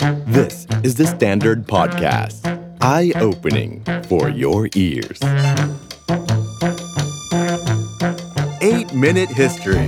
This is the Standard Podcast. Eye-opening for your ears. 8-Minute History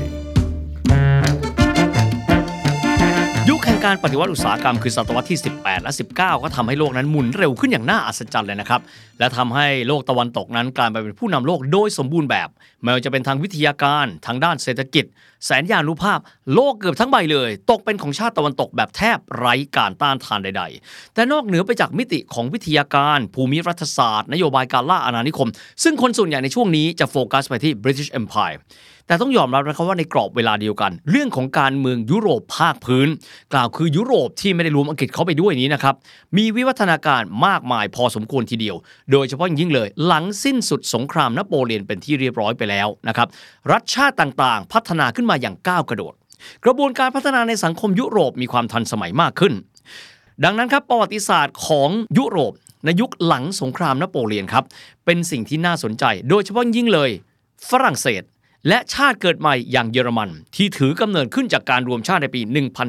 ยุคแห่งการปฏิวัติอุตสาหกรรมคือศตวรรษที่18และ19ก็ทำให้โลกนั้นหมุนเร็วขึ้นอย่างน่าอัศจรรย์เลยนะครับและทำให้โลกตะวันตกนั้นกลายไปเป็นผู้นำโลกโดยสมบูรณ์แบบไม่ว่าจะเป็นทางวิทยาการทางด้านเศรษฐกิจแสนยานุภาพโลกเกือบทั้งใบเลยตกเป็นของชาติตะวันตกแบบแทบไร้การต้านทานใดๆแต่นอกเหนือไปจากมิติของวิทยาการภูมิรัฐศาสตร์นโยบายการล่าอาณานิคมซึ่งคนส่วนใหญ่ในช่วงนี้จะโฟกัสไปที่ British Empireแต่ต้องยอมรับนะครับว่าในกรอบเวลาเดียวกันเรื่องของการเมืองยุโรปภาคพื้นกล่าวคือยุโรปที่ไม่ได้รวมอังกฤษเข้าไปด้วยนี้นะครับมีวิวัฒนาการมากมายพอสมควรทีเดียวโดยเฉพาะยิ่งเลยหลังสิ้นสุดสงครามนโปเลียนเป็นที่เรียบร้อยไปแล้วนะครับรัฐชาติต่างๆพัฒนาขึ้นมาอย่างก้าวกระโดดกระบวนการพัฒนาในสังคมยุโรปมีความทันสมัยมากขึ้นดังนั้นครับประวัติศาสตร์ของยุโรปในยุคหลังสงครามนโปเลียนครับเป็นสิ่งที่น่าสนใจโดยเฉพาะยิ่งเลยฝรั่งเศสและชาติเกิดใหม่อย่างเยอรมันที่ถือกำเนิดขึ้นจากการรวมชาติในปี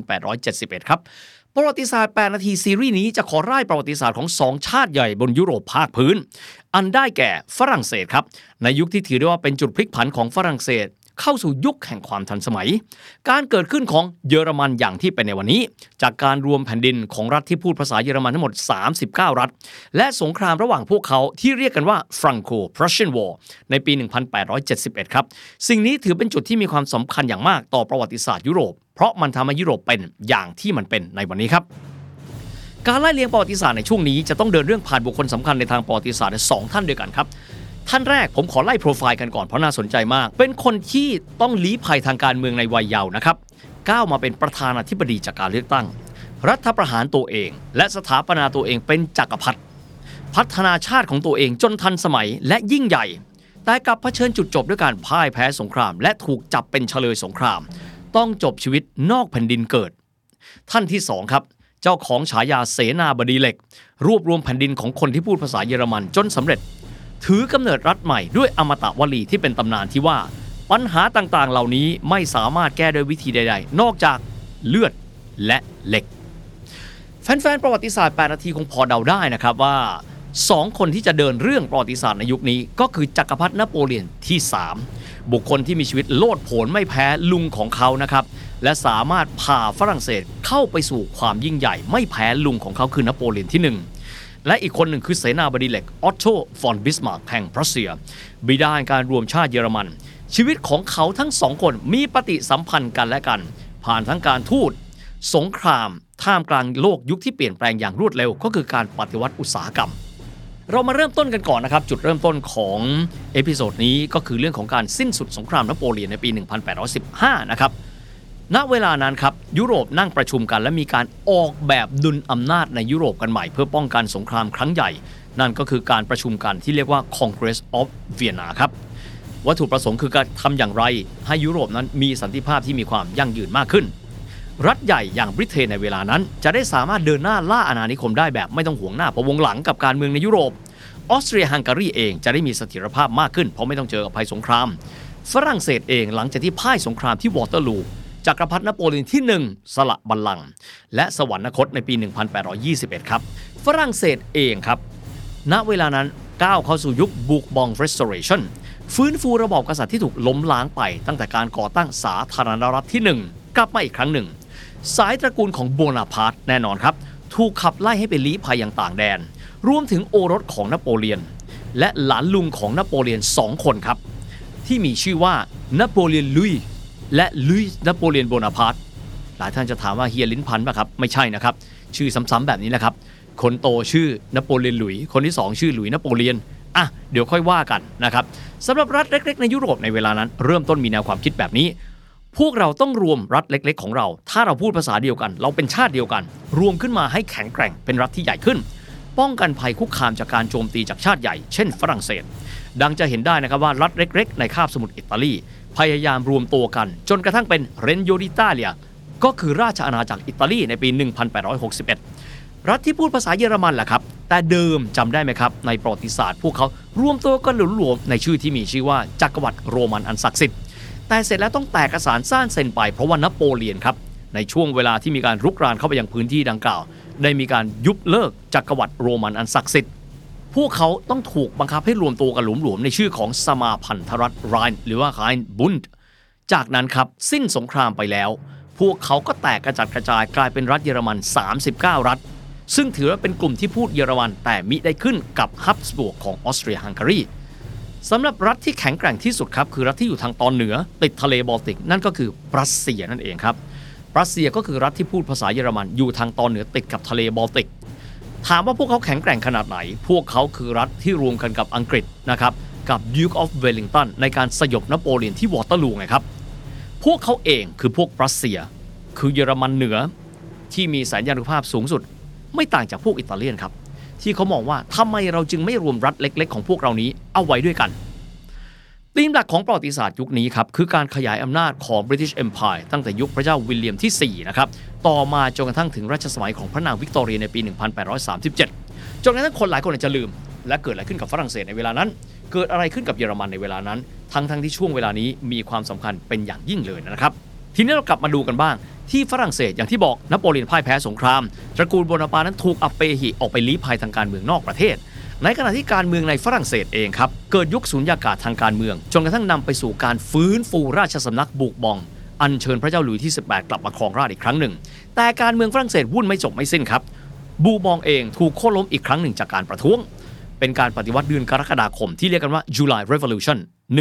1871 ครับประวัติศาสตร์8นาทีซีรีส์นี้จะขอร่ายประวัติศาสตร์ของ2ชาติใหญ่บนยุโรปภาคพื้นอันได้แก่ฝรั่งเศสครับในยุคที่ถือได้ว่าเป็นจุดพลิกผันของฝรั่งเศสเข้าสู่ยุคแห่งความทันสมัยการเกิดขึ้นของเยอรมันอย่างที่เป็นในวันนี้จากการรวมแผ่นดินของรัฐที่พูดภาษาเยอรมันทั้งหมด39รัฐและสงครามระหว่างพวกเขาที่เรียกกันว่า Franco-Prussian War ในปี 1871 ครับสิ่งนี้ถือเป็นจุดที่มีความสำคัญอย่างมากต่อประวัติศาสตร์ยุโรปเพราะมันทำให้ยุโรปเป็นอย่างที่มันเป็นในวันนี้ครับการไล่เรียงประวัติศาสตร์ในช่วงนี้จะต้องเดินเรื่องผ่านบุคคลสำคัญในทางประวัติศาสตร์2ท่านด้วยกันครับท่านแรกผมขอไล่โปรไฟล์กันก่อนเพราะน่าสนใจมากเป็นคนที่ต้องลี้ภัยทางการเมืองในวัยเยาว์นะครับก้าวมาเป็นประธานาธิบดีจากการเลือกตั้งรัฐประหารตัวเองและสถาปนาตัวเองเป็นจักรพรรดิพัฒนาชาติของตัวเองจนทันสมัยและยิ่งใหญ่แต่กลับเผชิญจุดจบด้วยการพ่ายแพ้สงครามและถูกจับเป็นเฉลยสงครามต้องจบชีวิตนอกแผ่นดินเกิดท่านที่2ครับเจ้าของฉายาเสนาบดีเหล็กรวบรวมแผ่นดินของคนที่พูดภาษาเยอรมันจนสำเร็จถือกำเนิดรัฐใหม่ด้วยอมตะวลีที่เป็นตำนานที่ว่าปัญหาต่างๆเหล่านี้ไม่สามารถแก้ด้วยวิธีใดๆนอกจากเลือดและเหล็กแฟนๆประวัติศาสตร์8นาทีคงพอเดาได้นะครับว่า2คนที่จะเดินเรื่องประวัติศาสตร์ในยุคนี้ก็คือจักรพรรดินโปเลียนที่3บุคคลที่มีชีวิตโลดโผนไม่แพ้ลุงของเขานะครับและสามารถพาฝรั่งเศสเข้าไปสู่ความยิ่งใหญ่ไม่แพ้ลุงของเขาคือนโปเลียนที่1และอีกคนหนึ่งคือเสนาบดีเหล็กออตโต ฟอน บิสมาร์กแห่งปรัสเซียบิดาแห่งการรวมชาติเยอรมันชีวิตของเขาทั้ง2คนมีปฏิสัมพันธ์กันและกันผ่านทั้งการทูตสงครามท่ามกลางโลกยุคที่เปลี่ยนแปลงอย่างรวดเร็วก็คือการปฏิวัติอุตสาหกรรมเรามาเริ่มต้นกันก่อนนะครับจุดเริ่มต้นของเอพิโซดนี้ก็คือเรื่องของการสิ้นสุดสงครามนโปเลียนในปี 1815 นะครับณเวลานั้นครับยุโรปนั่งประชุมกันและมีการออกแบบดุลอำนาจในยุโรปกันใหม่เพื่อป้องกันสงครามครั้งใหญ่นั่นก็คือการประชุมกันที่เรียกว่า Congress of Vienna ครับวัตถุประสงค์คือการทำอย่างไรให้ยุโรปนั้นมีสันติภาพที่มีความยั่งยืนมากขึ้นรัฐใหญ่อย่างบริเตนในเวลานั้นจะได้สามารถเดินหน้าล่าอาณานิคมได้แบบไม่ต้องห่วงหน้าพะวงหลังกับการเมืองในยุโรปออสเตรียฮังการีเองจะได้มีเสถียรภาพมากขึ้นเพราะไม่ต้องเจอกับภัยสงครามฝรั่งเศสเองหลังจากที่พ่ายสงครามที่วอเตอร์ลูจักรพรรดินโปเลียนที่1สละบัลลังก์และสวรรคตในปี 1821 ครับฝรั่งเศสเองครับณเวลานั้นก้าวเข้าสู่ยุคบุกบอง Restoration ฟื้นฟูระบอบกษัตริย์ที่ถูกล้มล้างไปตั้งแต่การก่อตั้งสาธารณรัฐที่1กลับมาอีกครั้งหนึ่งสายตระกูลของโบนาปาร์ตแน่นอนครับถูกขับไล่ให้ไปลี้ภัยอย่างต่างแดนรวมถึงโอรสของนโปเลียนและหลานลุงของนโปเลียน2คนครับที่มีชื่อว่านโปเลียนลุยและลุยส์นโปเลียนโบนาปาร์ตหลายท่านจะถามว่าเฮียลิ้นพันป่ะครับไม่ใช่นะครับชื่อซ้ำๆแบบนี้แหละครับคนโตชื่อนโปเลียนหลุยคนที่2ชื่อหลุยนโปเลียนเดี๋ยวค่อยว่ากันนะครับสำหรับรัฐเล็กๆในยุโรปในเวลานั้นเริ่มต้นมีแนวความคิดแบบนี้พวกเราต้องรวมรัฐเล็กๆของเราถ้าเราพูดภาษาเดียวกันเราเป็นชาติเดียวกันรวมขึ้นมาให้แข็งแกร่งเป็นรัฐที่ใหญ่ขึ้นป้องกันภัยคุกคามจากการโจมตีจากชาติใหญ่เช่นฝรั่งเศสดังจะเห็นได้นะครับว่ารัฐเล็กๆในคาบสมุทรอิตาลีพยายามรวมตัวกันจนกระทั่งเป็นเรนโยดิตาเลียก็คือราชอาณาจักรอิตาลีในปี 1861 รัฐที่พูดภาษาเยอรมันแหละครับแต่เดิมจำได้ไหมครับในประวัติศาสตร์พวกเขารวมตัวกันหลวมๆในชื่อที่มีชื่อว่าจักรวรรดิโรมันอันศักดิ์สิทธิ์แต่เสร็จแล้วต้องแตกกระสานซ่านเซ็นไปเพราะว่านโปเลียนครับในช่วงเวลาที่มีการรุกรานเข้าไปยังพื้นที่ดังกล่าวได้มีการยุบเลิกจักรวรรดิโรมันอันศักดิ์สิทธิ์พวกเขาต้องถูกบังคับให้รวมตัวกันหลวมๆในชื่อของสมาพันธรัฐไรน์หรือว่า Rheinbund จากนั้นครับสิ้นสงครามไปแล้วพวกเขาก็แตกกระจัดกระจายกลายเป็นรัฐเยอรมัน39รัฐซึ่งถือว่าเป็นกลุ่มที่พูดเยอรมันแต่มิได้ขึ้นกับฮับสบวกของออสเตรียฮังการีสำหรับรัฐที่แข็งแกร่งที่สุดครับคือรัฐที่อยู่ทางตอนเหนือติดทะเลบอลติกนั่นก็คือปรัสเซียนั่นเองครับปรัสเซียก็คือรัฐที่พูดภาษาเยอรมันอยู่ทางตอนเหนือติดกับทะเลบอลติกถามว่าพวกเขาแข็งแกร่งขนาดไหนพวกเขาคือรัฐที่รวมกันกับอังกฤษนะครับกับ Duke of Wellington ในการสยบนโปเลียนที่วอเตอร์ลูไงครับพวกเขาเองคือพวกปรัสเซียคือเยอรมันเหนือที่มีสัญญานุภาพสูงสุดไม่ต่างจากพวกอิตาเลียนครับที่เขามองว่าทำไมเราจึงไม่รวมรัฐเล็กๆของพวกเรานี้เอาไว้ด้วยกันธีมหลักของประวัติศาสตร์ยุคนี้ครับคือการขยายอำนาจของ British Empire ตั้งแต่ยุคพระเจ้าวิลเลียมที่4นะครับต่อมาจนกระทั่งถึงรัชสมัยของพระนางวิกตอเรียในปี 1837 จนกระทั่งคนหลายคนอาจจะลืมและเกิดอะไรขึ้นกับฝรั่งเศสในเวลานั้นเกิดอะไรขึ้นกับเยอรมันในเวลานั้นทั้งที่ช่วงเวลานี้มีความสำคัญเป็นอย่างยิ่งเลยนะครับทีนี้เรากลับมาดูกันบ้างที่ฝรั่งเศสอย่างที่บอกนโปเลียนพ่ายแพ้สงครามตระกูลโบนาปาร์ตนั้นถูกอัปเปหิออกไปลี้ภัยทางการเมืองนอกประเทศในขณะที่การเมืองในฝรั่งเศสเองครับเกิดยุคสุญญากาศทางการเมืองจนกระทั่งนำไปสู่การฟื้นฟูราชสำนักบุกบองอัญเชิญพระเจ้าหลุยส์ที่18กลับมาครองราชย์อีกครั้งหนึ่งแต่การเมืองฝรั่งเศสวุ่นไม่จบไม่สิ้นครับบูบองเองถูกโค่นล้มอีกครั้งหนึ่งจากการประท้วงเป็นการปฏิวัติเดือนกรกฎาคมที่เรียกกันว่า July Revolution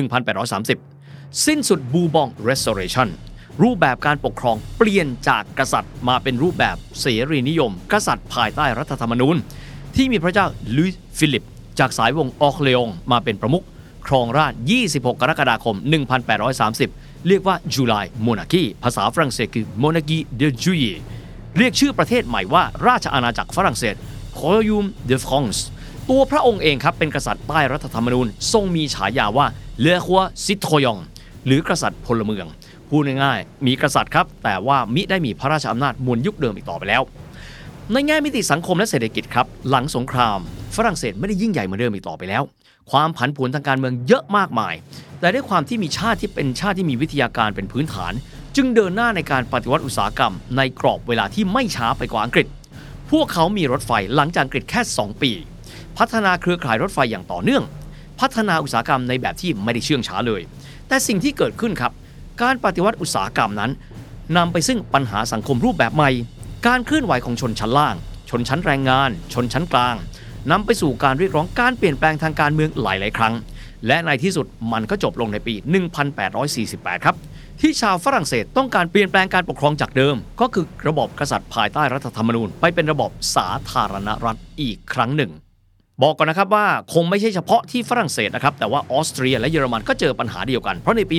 1830 สิ้นสุดบูบอง Restoration รูปแบบการปกครองเปลี่ยนจากกษัตริย์มาเป็นรูปแบบเสรีนิยมกษัตริย์ภายใต้รัฐธรรมนูญที่มีพระเจ้าลุยส์ฟิลิปจากสายวงออร์เลองมาเป็นประมุขครองราชย์26กรกฎาคม1830เรียกว่า July Monarchy ภาษาฝรั่งเศสคือ Monarchie de Juillet เรียกชื่อประเทศใหม่ว่าราชอาณาจักรฝรั่งเศส Royaume de France ตัวพระองค์เองครับเป็นกษัตริย์ใต้รัฐธรรมนูญทรงมีฉายาว่า Le Roi Citoyen หรือกษัตริย์พลเมืองพูดง่ายๆมีกษัตริย์ครับแต่ว่ามิได้มีพระราชอำนาจเหมือนยุคเดิมอีกต่อไปแล้วในแง่มิติสังคมและเศรษฐกิจครับหลังสงครามฝรั่งเศสไม่ได้ยิ่งใหญ่เหมือนเดิมอีกต่อไปแล้วความผันผวนทางการเมืองเยอะมากมายแต่ด้วยความที่มีชาติที่เป็นชาติที่มีวิทยาการเป็นพื้นฐานจึงเดินหน้าในการปฏิวัติอุตสาหกรรมในกรอบเวลาที่ไม่ช้าไปกว่าอังกฤษพวกเขามีรถไฟหลังจากอังกฤษแค่2ปีพัฒนาเครือข่ายรถไฟอย่างต่อเนื่องพัฒนาอุตสาหกรรมในแบบที่ไม่ได้เชื่องช้าเลยแต่สิ่งที่เกิดขึ้นครับการปฏิวัติอุตสาหกรรมนั้นนำไปซึ่งปัญหาสังคมรูปแบบใหม่การเคลื่อนไหวของชนชั้นล่างชนชั้นแรงงานชนชั้นกลางนำไปสู่การเรียกร้องการเปลี่ยนแปลงทางการเมืองหลายๆครั้งและในที่สุดมันก็จบลงในปี 1848 ครับที่ชาวฝรั่งเศสต้องการเปลี่ยนแปลงการปกครองจากเดิมก็คือระบอบกษัตริย์ภายใต้รัฐธรรมนูญไปเป็นระบอบสาธารณรัฐอีกครั้งหนึ่งบอกก่อนนะครับว่าคงไม่ใช่เฉพาะที่ฝรั่งเศสนะครับแต่ว่าออสเตรียและเยอรมันก็เจอปัญหาเดียวกันเพราะในปี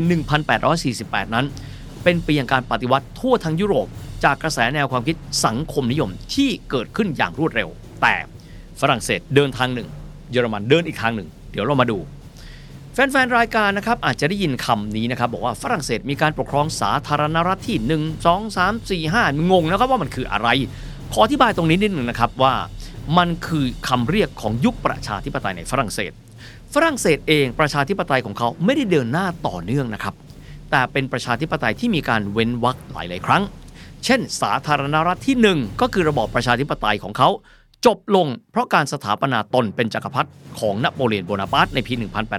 1848 นั้นเป็นปีแห่งการปฏิวัติทั่วทั้งยุโรปจากกระแสแนวความคิดสังคมนิยมที่เกิดขึ้นอย่างรวดเร็วแต่ฝรั่งเศสเดินทางหนึ่งเยอรมันเดินอีกทางหนึ่งเดี๋ยวเรามาดูแฟนๆรายการนะครับอาจจะได้ยินคำนี้นะครับบอกว่าฝรั่งเศสมีการปกครองสาธารณรัฐที่1 2 3 4 5งงนะครับว่ามันคืออะไรขออธิบายตรงนี้นิดนึงนะครับว่ามันคือคำเรียกของยุคประชาธิปไตยในฝรั่งเศสเองประชาธิปไตยของเขาไม่ได้เดินหน้าต่อเนื่องนะครับแต่เป็นประชาธิปไตยที่มีการเว้นวรรคหลายๆครั้งเช่นสาธารณรัฐที่1ก็คือระบอบประชาธิปไตยของเขาจบลงเพราะการสถาปนาตนเป็นจักรพรรดิของนโปเลียนโบนาปาร์ตในปี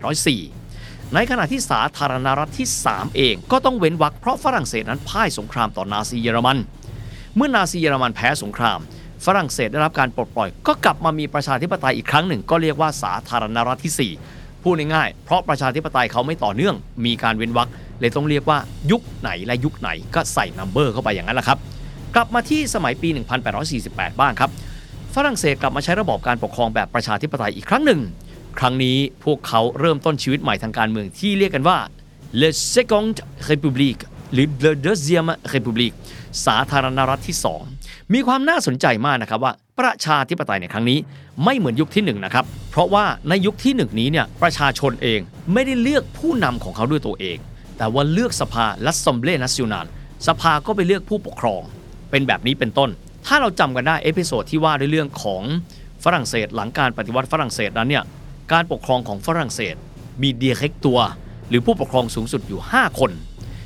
1804 ในขณะที่สาธารณรัฐที่3เองก็ต้องเว้นวรรคเพราะฝรั่งเศสนั้นพ่ายสงครามต่อนาซีเยอรมันเมื่อนาซีเยอรมันแพ้สงครามฝรั่งเศสได้รับการปลดปล่อยก็กลับมามีประชาธิปไตยอีกครั้งหนึ่งก็เรียกว่าสาธารณรัฐที่4พูดง่ายๆเพราะประชาธิปไตยเขาไม่ต่อเนื่องมีการเว้นวรรคเลยต้องเรียกว่ายุคไหนและยุคไหนก็ใส่นัมเบอร์เข้าไปอย่างนั้นแหละครับกลับมาที่สมัยปี 1848 บ้างครับฝรั่งเศสกลับมาใช้ระบอบการปกครองแบบประชาธิปไตยอีกครั้งหนึ่งครั้งนี้พวกเขาเริ่มต้นชีวิตใหม่ทางการเมืองที่เรียกกันว่า Le Second République หรือ Le Deuxième République สาธารณรัฐที่2มีความน่าสนใจมากนะครับว่าประชาธิปไตยในครั้งนี้ไม่เหมือนยุคที่1นะครับเพราะว่าในยุคที่1นี้เนี่ยประชาชนเองไม่ได้เลือกผู้นำของเขาด้วยตัวเองแต่ว่าเลือกสภา L'Assemblée Nationale สภาก็ไปเลือกผู้ปกครองเป็นแบบนี้เป็นต้นถ้าเราจำกันได้เอพิโซดที่ว่าด้วยเรื่องของฝรั่งเศสหลังการปฏิวัติฝรั่งเศสนั้นเนี่ยการปกครองของฝรั่งเศสมีเดียเรกตัวหรือผู้ปกครองสูงสุดอยู่5คน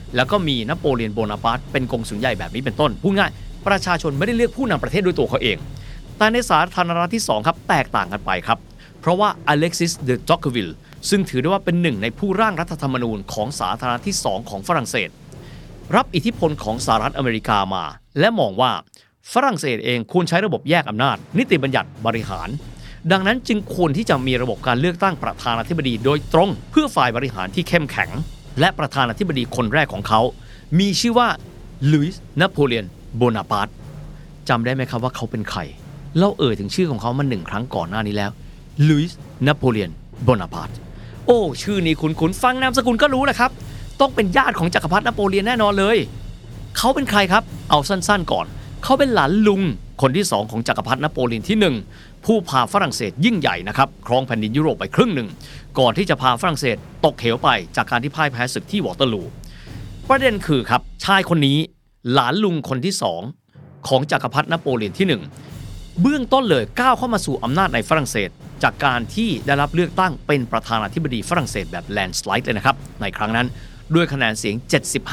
แล้วก็มีนโปเลียนโบนาปาร์ตเป็นกงสุลใหญ่แบบนี้เป็นต้นพูดง่ายประชาชนไม่ได้เลือกผู้นำประเทศด้วยตัวเขาเองแต่ในสาธารณรัฐที่2ครับแตกต่างกันไปครับเพราะว่าอเล็กซิสเดอตอกวิลซึ่งถือได้ว่าเป็นหนึ่งในผู้ร่างรัฐธรรมนูญของสาธารณรัฐที่2ของฝรั่งเศสรับอิทธิพลของสหรัฐอเมริกามาและมองว่าฝรั่งเศสเองควรใช้ระบบแยกอำนาจนิติบัญญัติบริหารดังนั้นจึงควรที่จะมีระบบการเลือกตั้งประธานาธิบดีโดยตรงเพื่อฝ่ายบริหารที่เข้มแข็งและประธานาธิบดีคนแรกของเขามีชื่อว่าลุยส์นโปเลียนโบนาปาร์ตจำได้ไหมครับว่าเขาเป็นใครเราถึงชื่อของเขามา1 ครั้งก่อนหน้านี้แล้วลุยส์นโปเลียนโบนาปาร์ตโอ้ชื่อนี้คุ้นๆฟังนามสกุลก็รู้แหละครับต้องเป็นญาติของจักรพรรดินโปเลียนแน่นอนเลยเขาเป็นใครครับเอาสั้นๆก่อนเขาเป็นหลานลุงคนที่2ของจักรพรรดินโปเลียนที่1ผู้พาฝรั่งเศสยิ่งใหญ่นะครับครองแผ่นดินยุโรปไปครึ่งหนึ่งก่อนที่จะพาฝรั่งเศสตกเหวไปจากการที่พ่ายแพ้ศึกที่วอเตอร์ลูประเด็นคือครับชายคนนี้หลานลุงคนที่2ของจักรพรรดินโปเลียนที่1เบื้องต้นเลยก้าวเข้ามาสู่อำนาจในฝรั่งเศสจากการที่ได้รับเลือกตั้งเป็นประธานาธิบดีฝรั่งเศสแบบแลนด์สไลด์เลยนะครับในครั้งนั้นด้วยคะแนนเสียง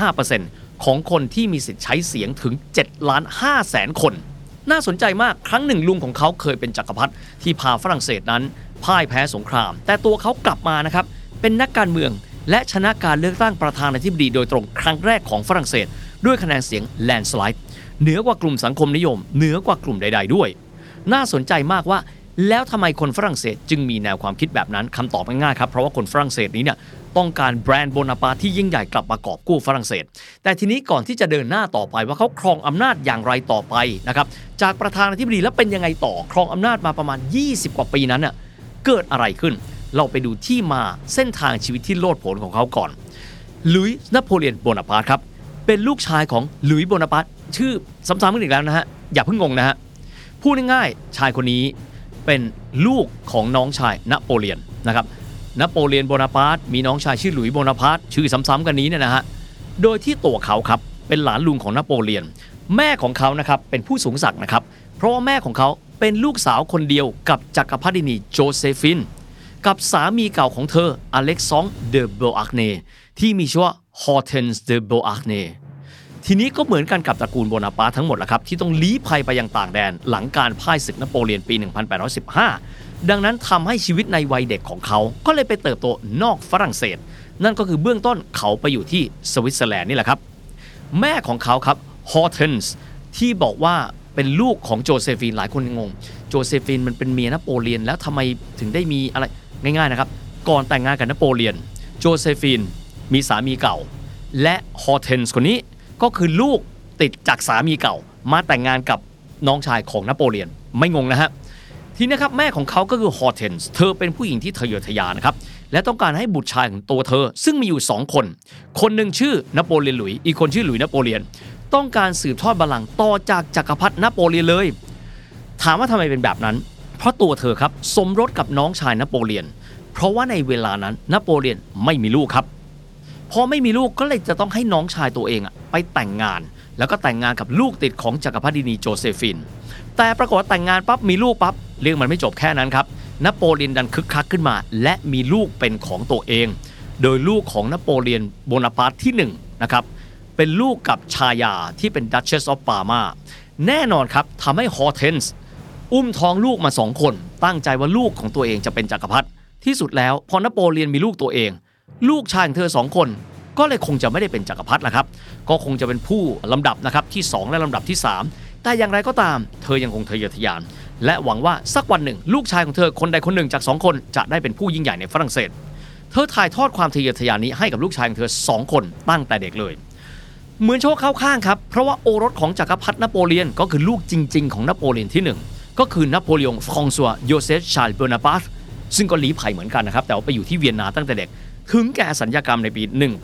75% ของคนที่มีสิทธิ์ใช้เสียงถึง 7,500,000 คนน่าสนใจมากครั้งหนึ่งลุงของเขาเคยเป็นจักรพรรดิที่พาฝรั่งเศสนั้นพ่ายแพ้สงครามแต่ตัวเขากลับมานะครับเป็นนักการเมืองและชนะการเลือกตั้งประธานาธิบดีโดยตรงครั้งแรกของฝรั่งเศสด้วยคะแนนเสียงแลนด์สไลด์เหนือกว่ากลุ่มสังคมนิยมเหนือกว่ากลุ่มใดๆด้วยน่าสนใจมากว่าแล้วทำไมคนฝรั่งเศสจึงมีแนวความคิดแบบนั้นคำตอบง่ายๆครับเพราะว่าคนฝรั่งเศสนี้เนี่ยต้องการแบรนด์โบนาปาร์ตที่ยิ่งใหญ่กลับมากอบกู้ฝรั่งเศสแต่ทีนี้ก่อนที่จะเดินหน้าต่อไปว่าเขาครองอำนาจอย่างไรต่อไปนะครับจากประธานาธิบดีแล้วเป็นยังไงต่อครองอำนาจมาประมาณ20 กว่าปีนั้นน่ะเกิดอะไรขึ้นเราไปดูที่มาเส้นทางชีวิตที่โลดโผนของเขาก่อนลุยส์นโปเลียนโบนาปาร์ตครับเป็นลูกชายของลุยส์โบนาปาร์ตชื่อซ้ำๆกันอีกแล้วนะฮะอย่าเพิ่งงงนะฮะพูดง่ายๆชายคนนี้เป็นลูกของน้องชายนโปเลียนนะครับนโปเลียนโบนาปาร์ตมีน้องชายชื่อหลุยส์โบนาปาร์ตชื่อซ้ำๆกันนี้เนี่ยนะฮะโดยที่ตัวเขาครับเป็นหลานลุงของนโปเลียนแม่ของเขานะครับเป็นผู้สูงศักดิ์นะครับเพราะว่าแม่ของเขาเป็นลูกสาวคนเดียวกับจักรพรรดินีโจเซฟินกับสามีเก่าของเธออเล็กซองเดอโบอาร์เนที่มีชื่อว่าฮอร์เทนส์เดอโบอาร์เนทีนี้ก็เหมือนกันกับตระกูลโบนาปาร์ตทั้งหมดแหละครับที่ต้องลี้ภัยไปยังต่างแดนหลังการพ่ายศึกนโปเลียนปี 1815 ดังนั้นทำให้ชีวิตในวัยเด็กของเขาก็เลยไปเติบโตนอกฝรั่งเศสนั่นก็คือเบื้องต้นเขาไปอยู่ที่สวิตเซอร์แลนด์นี่แหละครับแม่ของเขาครับฮอร์เทนส์ที่บอกว่าเป็นลูกของโจเซฟินหลายคนงงโจเซฟินมันเป็นเมียนโปเลียนแล้วทำไมถึงได้มีอะไรง่ายๆนะครับก่อนแต่งงานกับนโปเลียนโจเซฟินมีสามีเก่าและฮอร์เทนส์คนนี้ก็คือลูกติดจากสามีเก่ามาแต่งงานกับน้องชายของนโปเลียนไม่งงนะฮะทีนี้ครับแม่ของเขาก็คือฮอร์เทนส์เธอเป็นผู้หญิงที่ทะเยอทะยานนะครับและต้องการให้บุตรชายของตัวเธอซึ่งมีอยู่2คนคนหนึ่งชื่อนโปเลียนหลุยอีกคนชื่อหลุยนโปเลียนต้องการสืบทอดบัลลังก์ต่อจากจักรพรรดินโปเลียนเลยถามว่าทำไมเป็นแบบนั้นเพราะตัวเธอครับสมรสกับน้องชายนโปเลียนเพราะว่าในเวลานั้นนโปเลียนไม่มีลูกครับพอไม่มีลูกก็เลยจะต้องให้น้องชายตัวเองไปแต่งงานแล้วก็แต่งงานกับลูกติดของจักรพรรดินีโจเซฟินแต่ปรากฏว่าแต่งงานปั๊บมีลูกปั๊บเรื่องมันไม่จบแค่นั้นครับนโปเลียนดันคึกคักขึ้นมาและมีลูกเป็นของตัวเองโดยลูกของนโปเลียนโบนาปาร์ตที่1นะครับเป็นลูกกับชายาที่เป็น Duchess of Parma แน่นอนครับทำให้ฮอร์เทนส์อุ้มท้องลูกมา2คนตั้งใจว่าลูกของตัวเองจะเป็นจักรพรรดิที่สุดแล้วพอนโปเลียนมีลูกตัวเองลูกชายของเธอ2คนก็เลยคงจะไม่ได้เป็นจักรพรรดิละครับก็คงจะเป็นผู้ลำดับนะครับที่2และลำดับที่3แต่อย่างไรก็ตามเธอยังคงทะเยอทะยานและหวังว่าสักวันหนึ่งลูกชายของเธอคนใดคนหนึ่งจาก2คนจะได้เป็นผู้ยิ่งใหญ่ในฝรั่งเศสเธอถ่ายทอดความทะเยอทะยานนี้ให้กับลูกชายของเธอ2คนตั้งแต่เด็กเลยเหมือนโชคเข้าข้างครับเพราะว่าโอรสของจักรพรรดินโปเลียนก็คือลูกจริงๆของนโปเลียนที่1ก็คือนโปเลียนฟรองซัวโยเซฟชาร์ลส์โบนาปาร์ตซึ่งก็ลี้ภัยเหมือนกันนะครับแต่ว่าไปอยู่ที่เวียนนาตั้งแต่เด็กถึงแก่สัญญกรรมในปี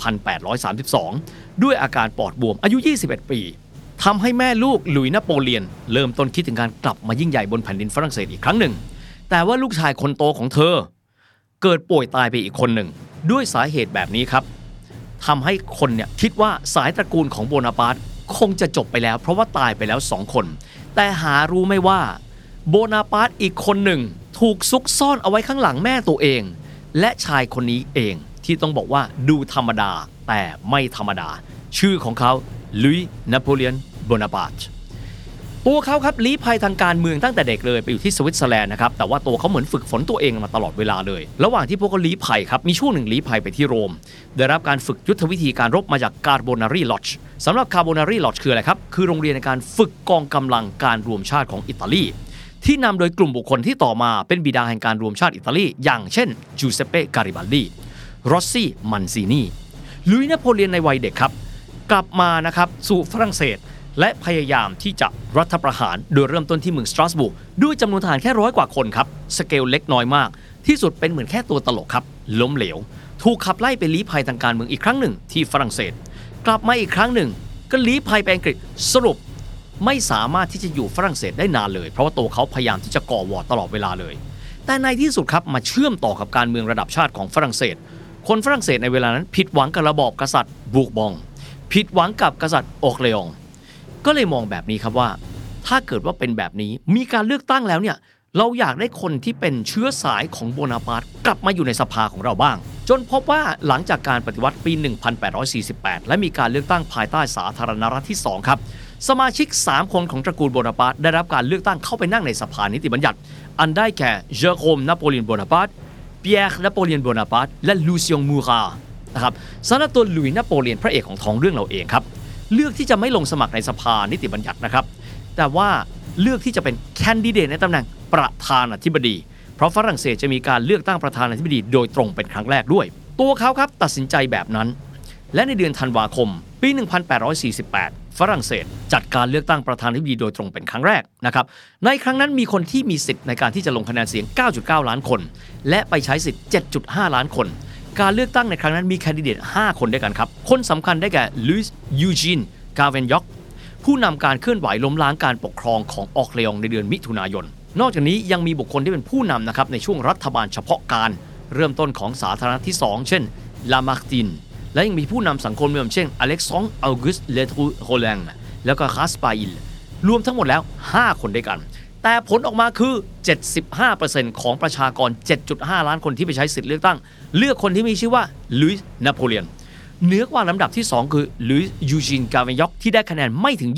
1832 ด้วยอาการปอดบวมอายุ 21 ปีทำให้แม่ลูกหลุยส์นโปเลียนเริ่มต้นคิดถึงการกลับมายิ่งใหญ่บนแผ่นดินฝรั่งเศสอีกครั้งหนึ่งแต่ว่าลูกชายคนโตของเธอเกิดป่วยตายไปอีกคนหนึ่งด้วยสาเหตุแบบนี้ครับทำให้คนเนี่ยคิดว่าสายตระกูลของโบนาปาร์ตคงจะจบไปแล้วเพราะว่าตายไปแล้ว2คนแต่หารู้ไม่ว่าโบนาปาร์ตอีกคนหนึ่งถูกซุกซ่อนเอาไว้ข้างหลังแม่ตัวเองและชายคนนี้เองที่ต้องบอกว่าดูธรรมดาแต่ไม่ธรรมดาชื่อของเขาลุยส์นโปเลียนโบนาปาร์ตตัวเขาครับลี้ภัยทางการเมืองตั้งแต่เด็กเลยไปอยู่ที่สวิตเซอร์แลนด์นะครับแต่ว่าตัวเขาเหมือนฝึกฝนตัวเองมาตลอดเวลาเลยระหว่างที่พวกเขาลี้ภัยครับมีช่วงหนึ่งลี้ภัยไปที่โรมได้รับการฝึกยุทธวิธีการรบมาจากคาร์โบนารีลอดจ์สำหรับคาร์โบนารีลอดจ์คืออะไรครับคือโรงเรียนในการฝึกกองกำลังการรวมชาติของอิตาลีที่นำโดยกลุ่มบุคคลที่ต่อมาเป็นบิดาแห่งการรวมชาติอิตาลีอย่างเช่นจูเซปเป้การิบัลดีรอสซี่มันซินีลุยส์นโปเลียนในวัยเด็กครับกลับมานะครับสู่ฝรั่งเศสและพยายามที่จะรัฐประหารโดยเริ่มต้นที่เมืองสตราสบูร์ด้วยจำนวนทหารแค่100 กว่าคนครับสเกลเล็กน้อยมากที่สุดเป็นเหมือนแค่ตัวตลกครับล้มเหลวถูกขับไล่ไปลี้ภัยทางการเมืองอีกครั้งหนึ่งที่ฝรั่งเศสกลับมาอีกครั้งหนึ่งก็ลี้ภัยไปอังกฤษสรุปไม่สามารถที่จะอยู่ฝรั่งเศสได้นานเลยเพราะว่าตัวเขาพยายามที่จะก่อวอร์ตลอดเวลาเลยแต่ในที่สุดครับมาเชื่อมต่อกับการเมืองระดับชาติของฝรั่งเศสคนฝรั่งเศสในเวลานั้นผิดหวังกับระบอบกษัตริย์บูร์บองผิดหวังกับกษัตริย์ออกเลองก็เลยมองแบบนี้ครับว่าถ้าเกิดว่าเป็นแบบนี้มีการเลือกตั้งแล้วเนี่ยเราอยากได้คนที่เป็นเชื้อสายของโบนาปาร์ตกลับมาอยู่ในสภาของเราบ้างจนพบว่าหลังจากการปฏิวัติปี 1848 และมีการเลือกตั้งภายใต้สาธารณรัฐที่ 2 ครับสมาชิก 3 คนของตระกูลโบนาปาร์ตได้รับการเลือกตั้งเข้าไปนั่งในสภานิติบัญญัติอันได้แก่เจอโรมนโปเลียนโบนาปาร์ตเปียร์นโปเลียนโบนาปาร์ตและลูเซียงมูรานะครับสำหรับตัวลุยส์นโปเลียนพระเอกของท้องเรื่องเราเองครับเลือกที่จะไม่ลงสมัครในสภานิติบัญญัตินะครับแต่ว่าเลือกที่จะเป็นแคนดิเดตในตำแหน่งประธานาธิบดีเพราะฝรั่งเศสจะมีการเลือกตั้งประธานาธิบดีโดยตรงเป็นครั้งแรกด้วยตัวเขาครับตัดสินใจแบบนั้นและในเดือนธันวาคมปี 1848 ฝรั่งเศสจัดการเลือกตั้งประธานาธิบดีโดยตรงเป็นครั้งแรกนะครับในครั้งนั้นมีคนที่มีสิทธิ์ในการที่จะลงคะแนนเสียง 9.9 ล้านคนและไปใช้สิทธิ์ 7.5 ล้านคนการเลือกตั้งในครั้งนั้นมีแคนดิเดต 5 คนด้วยกันครับคนสำคัญได้แก่ลุยส์ยูจีนกาเวนยอกผู้นำการเคลื่อนไหวล้มล้างการปกครองของออกเลองในเดือนมิถุนายนนอกจากนี้ยังมีบุคคลที่เป็นผู้นำนะครับในช่วงรัฐบาลเฉพาะการเริ่มต้นของสาธารณรัฐที่ 2 เช่นลามาร์ตินและยังมีผู้นำสังคมเมืองเช่นอเล็กซองอัลกุสเลทรูโรแลงแล้วก็คาสปาอิลรวมทั้งหมดแล้ว5คนด้วยกันแต่ผลออกมาคือ 75% ของประชากร 7.5 ล้านคนที่ไปใช้สิทธิ์เลือกตั้งเลือกคนที่มีชื่อว่าลุยส์นโปเลียนเหนือกว่าลำดับที่ 2 คือลุยส์ยูจีนกาเวนยอกที่ได้คะแนนไม่ถึง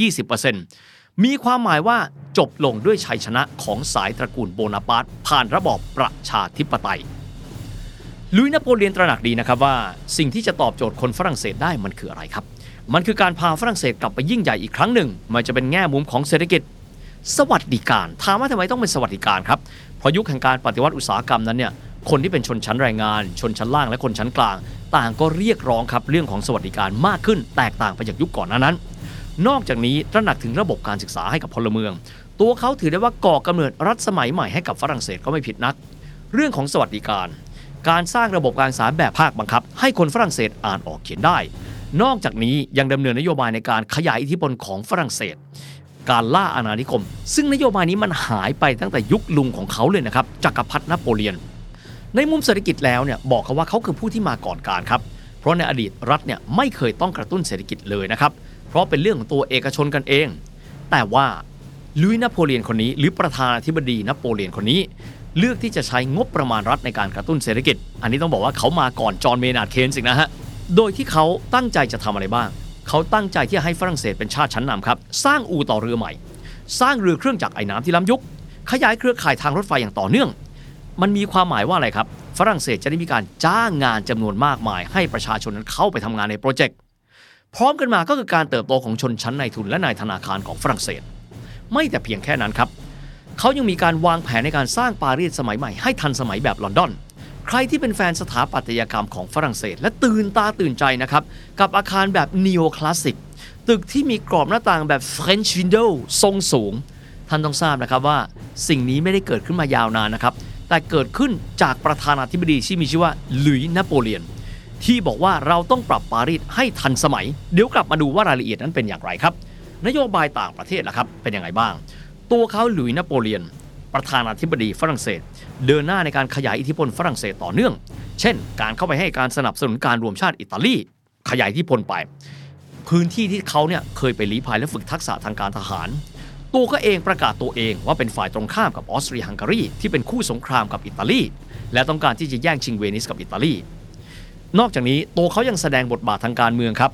20% มีความหมายว่าจบลงด้วยชัยชนะของสายตระกูลโบนาปาร์ตผ่านระบอบประชาธิปไตยลุยส์นโปเลียนตระหนักดีนะครับว่าสิ่งที่จะตอบโจทย์คนฝรั่งเศสได้มันคืออะไรครับมันคือการพาฝรั่งเศสกลับไปยิ่งใหญ่อีกครั้งหนึ่งมันจะเป็นแง่มุมของเศรษฐกิจสวัสดิการถามว่าทำไมต้องเป็นสวัสดิการครับเพราะยุคแห่งการปฏิวัติอุตสาหกรรมนั้นเนี่ยคนที่เป็นชนชั้นแรงงานชนชั้นล่างและคนชั้นกลางต่างก็เรียกร้องครับเรื่องของสวัสดิการมากขึ้นแตกต่างไปจากยุคก่อนนั้นนอกจากนี้ตระหนักถึงระบบการศึกษาให้กับพลเมืองตัวเขาถือได้ว่าก่อกำเนิดรัฐสมัยใหม่ให้กับฝรั่งเศสก็ไม่ผิดนักเรื่องของสวัสดิการการสร้างระบบการศึกษาแบบภาคบังคับให้คนฝรั่งเศสอ่านออกเขียนได้นอกจากนี้ยังดำเนินนโยบายในการขยายอิทธิพลของฝรั่งเศสการล่าอาณานิคมซึ่งนโยบายนี้มันหายไปตั้งแต่ยุคลุงของเขาเลยนะครับจักรพรรดินโปเลียนในมุมเศรษฐกิจแล้วเนี่ยบอกเขาว่าเขาคือผู้ที่มาก่อนการครับเพราะในอดีตรัฐเนี่ยไม่เคยต้องกระตุ้นเศรษฐกิจเลยนะครับเพราะเป็นเรื่องของตัวเอกชนกันเองแต่ว่าลุยส์นโปเลียนคนนี้หรือประธานาธิบดีนโปเลียนคนนี้เลือกที่จะใช้งบประมาณรัฐในการกระตุ้นเศรษฐกิจอันนี้ต้องบอกว่าเขามาก่อนจอห์นเมนาร์ดเคนส์นะฮะโดยที่เขาตั้งใจจะทำอะไรบ้างเขาตั้งใจที่จะให้ฝรั่งเศสเป็นชาติชั้นนำครับสร้างอู่ต่อเรือใหม่สร้างเรือเครื่องจักรไอ้น้ำที่ล้ำยุคขยายเครือข่ายทางรถไฟอย่างต่อเนื่องมันมีความหมายว่าอะไรครับฝรั่งเศสจะได้มีการจ้างงานจำนวนมากมายให้ประชาชนนั้นเข้าไปทำงานในโปรเจกต์พร้อมกันมาก็คือการเติบโตของชนชั้นนายทุนและนายธนาคารของฝรั่งเศสไม่แต่เพียงแค่นั้นครับเขายังมีการวางแผนในการสร้างปารีสสมัยใหม่ให้ทันสมัยแบบลอนดอนใครที่เป็นแฟนสถาปัตยกรรมของฝรั่งเศสและตื่นตาตื่นใจนะครับกับอาคารแบบนีโอคลาสสิกตึกที่มีกรอบหน้าต่างแบบ French window ทรงสูงท่านต้องทราบนะครับว่าสิ่งนี้ไม่ได้เกิดขึ้นมายาวนานนะครับแต่เกิดขึ้นจากประธานาธิบดีที่มีชื่อว่าลุยส์นโปเลียนที่บอกว่าเราต้องปรับปารีสให้ทันสมัยเดี๋ยวกลับมาดูว่ารายละเอียดนั้นเป็นอย่างไรครับนโยบายต่างประเทศล่ะครับเป็นยังไงบ้างตัวเขาลุยส์นโปเลียนประธานาธิบดีฝรั่งเศสเดินหน้าในการขยายอิทธิพลฝรั่งเศสต่อเนื่องเช่นการเข้าไปให้การสนับสนุนการรวมชาติอิตาลีขยายอิทธิพลไปพื้นที่ที่เขาเนี่ยเคยไปลี้ภัยและฝึกทักษะทางการทหารตัวเขาเองประกาศตัวเองว่าเป็นฝ่ายตรงข้ามกับออสเตรียฮังการีที่เป็นคู่สงครามกับอิตาลีและต้องการที่จะแย่งชิงเวนิสกับอิตาลีนอกจากนี้ตัวเขายังแสดงบทบาททางการเมืองครับ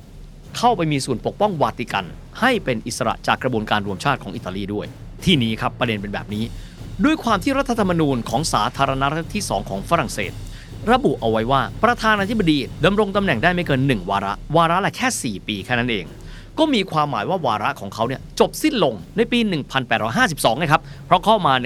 เข้าไปมีส่วนปกป้องวาติกันให้เป็นอิสระจากกระบวนการรวมชาติของอิตาลีด้วยที่นี้ครับประเด็นเป็นแบบนี้ด้วยความที่รัฐธรรมนูญของสาธารณรัฐที่2ของฝรั่งเศสระบุเอาไว้ว่าประธานาธิบดีดำรงตำแหน่งได้ไม่เกิน1วาระละแค่4ปีแค่นั้นเองก็มีความหมายว่าวาระของเขาเนี่ยจบสิ้นลงในปี1852นะครับเพราะเข้ามา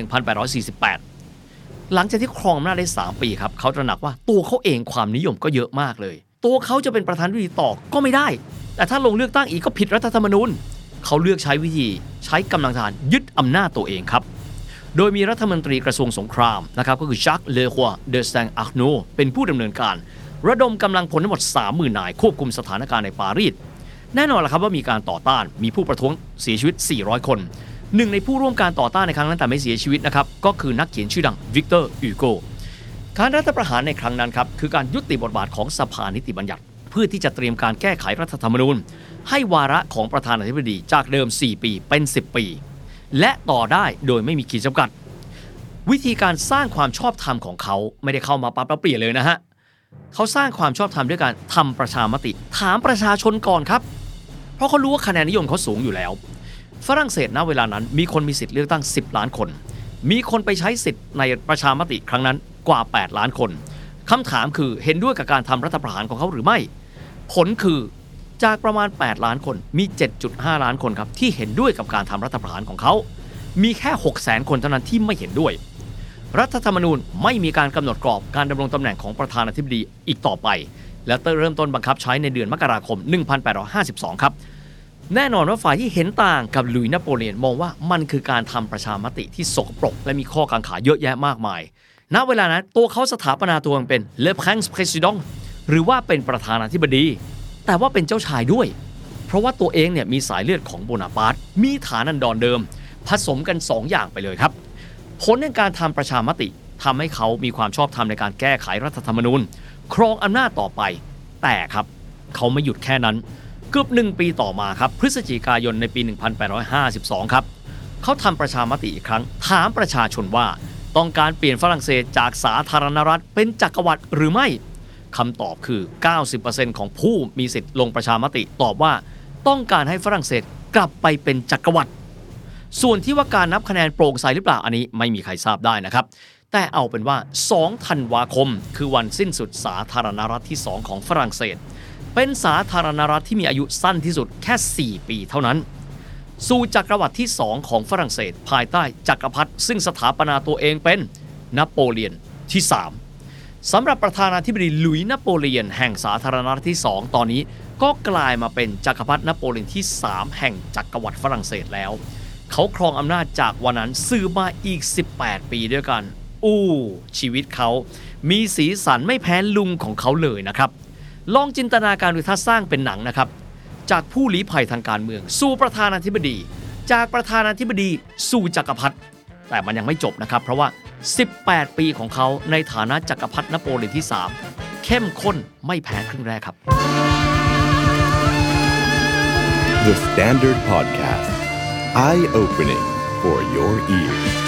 1848หลังจากที่ครองอำนาจได้3ปีครับเขาตระหนักว่าตัวเขาเองความนิยมก็เยอะมากเลยตัวเขาจะเป็นประธานาธิบดีต่อก็ไม่ได้แต่ถ้าลงเลือกตั้งอีกก็ผิดรัฐธรรมนูญเขาเลือกใช้วิธีใช้กำลังทหารยึดอำนาจตัวเองครับโดยมีรัฐมนตรีกระทรวงสงครามนะครับก็คือชักเลคัวเดสแตงอาร์โนเป็นผู้ดำเนินการระดมกำลังพลทั้งหมด 30,000 นายควบคุมสถานการณ์ในปารีสแน่นอนล่ะครับว่ามีการต่อต้านมีผู้ประท้วงเสียชีวิต400คนหนึ่งในผู้ร่วมการต่อต้านในครั้งนั้นแต่ไม่เสียชีวิตนะครับก็คือนักเขียนชื่อดังวิกเตอร์ฮูโกการรัฐประหารในครั้งนั้นครับคือการยุติบทบาทของสภานิติบัญญัติเพื่อที่จะเตรียมการแก้ไขรัฐธรรมนูญให้วาระของประธานาธิบดีจากเดิม4ปีเป็น10ปีและต่อได้โดยไม่มีขีดจำกัดวิธีการสร้างความชอบธรรมของเขาไม่ได้เข้ามาปั๊บแล้วเปลี่ยนเลยนะฮะเขาสร้างความชอบธรรมด้วยการทำประชามติถามประชาชนก่อนครับเพราะเขารู้ว่าคะแนนนิยมเขาสูงอยู่แล้วฝรั่งเศสณเวลานั้นมีคนมีสิทธิ์เลือกตั้ง10ล้านคนมีคนไปใช้สิทธิ์ในประชามติครั้งนั้นกว่า8ล้านคนคำถามคือเห็นด้วยกับการทำรัฐประหารของเขาหรือไม่ผลคือจากประมาณ8ล้านคนมี 7.5 ล้านคนครับที่เห็นด้วยกับการทำรัฐประหารของเขามีแค่ 600,000 คนเท่านั้นที่ไม่เห็นด้วยรัฐธรรมนูญไม่มีการกำหนดกรอบการดำรงตำแหน่งของประธานาธิบดีอีกต่อไปและเริ่มต้นบังคับใช้ในเดือนมกราคม1852ครับแน่นอนว่าฝ่ายที่เห็นต่างกับลุยส์นโปเลียนมองว่ามันคือการทำประชามติที่สกปรกและมีข้อกังขาเยอะแยะมากมายณเวลานั้นตัวเขาสถาปนาตัวเองเป็น Le Prince Président หรือว่าเป็นประธานาธิบดีแต่ว่าเป็นเจ้าชายด้วยเพราะว่าตัวเองเนี่ยมีสายเลือดของโบนาปาร์ตมีฐานันดรเดิมผสมกัน2 อย่างไปเลยครับผลในการทำประชามติทำให้เขามีความชอบธรรมในการแก้ไขรัฐธรรมนูญครองอำนาจต่อไปแต่ครับเขาไม่หยุดแค่นั้นเกือบ1ปีต่อมาครับพฤศจิกายนในปี1852ครับเขาทำประชามติอีกครั้งถามประชาชนว่าต้องการเปลี่ยนฝรั่งเศสจากสาธารณรัฐเป็นจักรวรรดิหรือไม่คำตอบคือ 90% ของผู้มีสิทธิ์ลงประชามติตอบว่าต้องการให้ฝรั่งเศสกลับไปเป็นจักรวรรดิส่วนที่ว่าการนับคะแนนโปร่งใสหรือเปล่าอันนี้ไม่มีใครทราบได้นะครับแต่เอาเป็นว่า2ธันวาคมคือวันสิ้นสุดสาธารณรัฐที่2ของฝรั่งเศสเป็นสาธารณรัฐที่มีอายุสั้นที่สุดแค่4ปีเท่านั้นสู่จักรวรรดิที่2ของฝรั่งเศสภายใต้จักรพรรดิซึ่งสถาปนาตัวเองเป็นนโปเลียนที่3สำหรับประธานาธิบดีลุยส์นโปเลียนแห่งสาธารณรัฐที่2ตอนนี้ก็กลายมาเป็นจักรพรรดินโปเลียนที่3แห่งจักรวรรดิฝรั่งเศสแล้วเขาครองอำนาจจากวันนั้นสืบมาอีก18ปีด้วยกันชีวิตเขามีสีสันไม่แพ้ลุงของเขาเลยนะครับลองจินตนาการดูถ้าสร้างเป็นหนังนะครับจากผู้ลี้ภัยทางการเมืองสู่ประธานาธิบดีจากประธานาธิบดีสู่จักรพรรดิแต่มันยังไม่จบนะครับเพราะว่า18ปีของเขาในฐานะจักรพรรดินโปเลียนที่3เข้มข้นไม่แพ้ครึ่งแรกครับ The Standard Podcast Eye Opening for your ears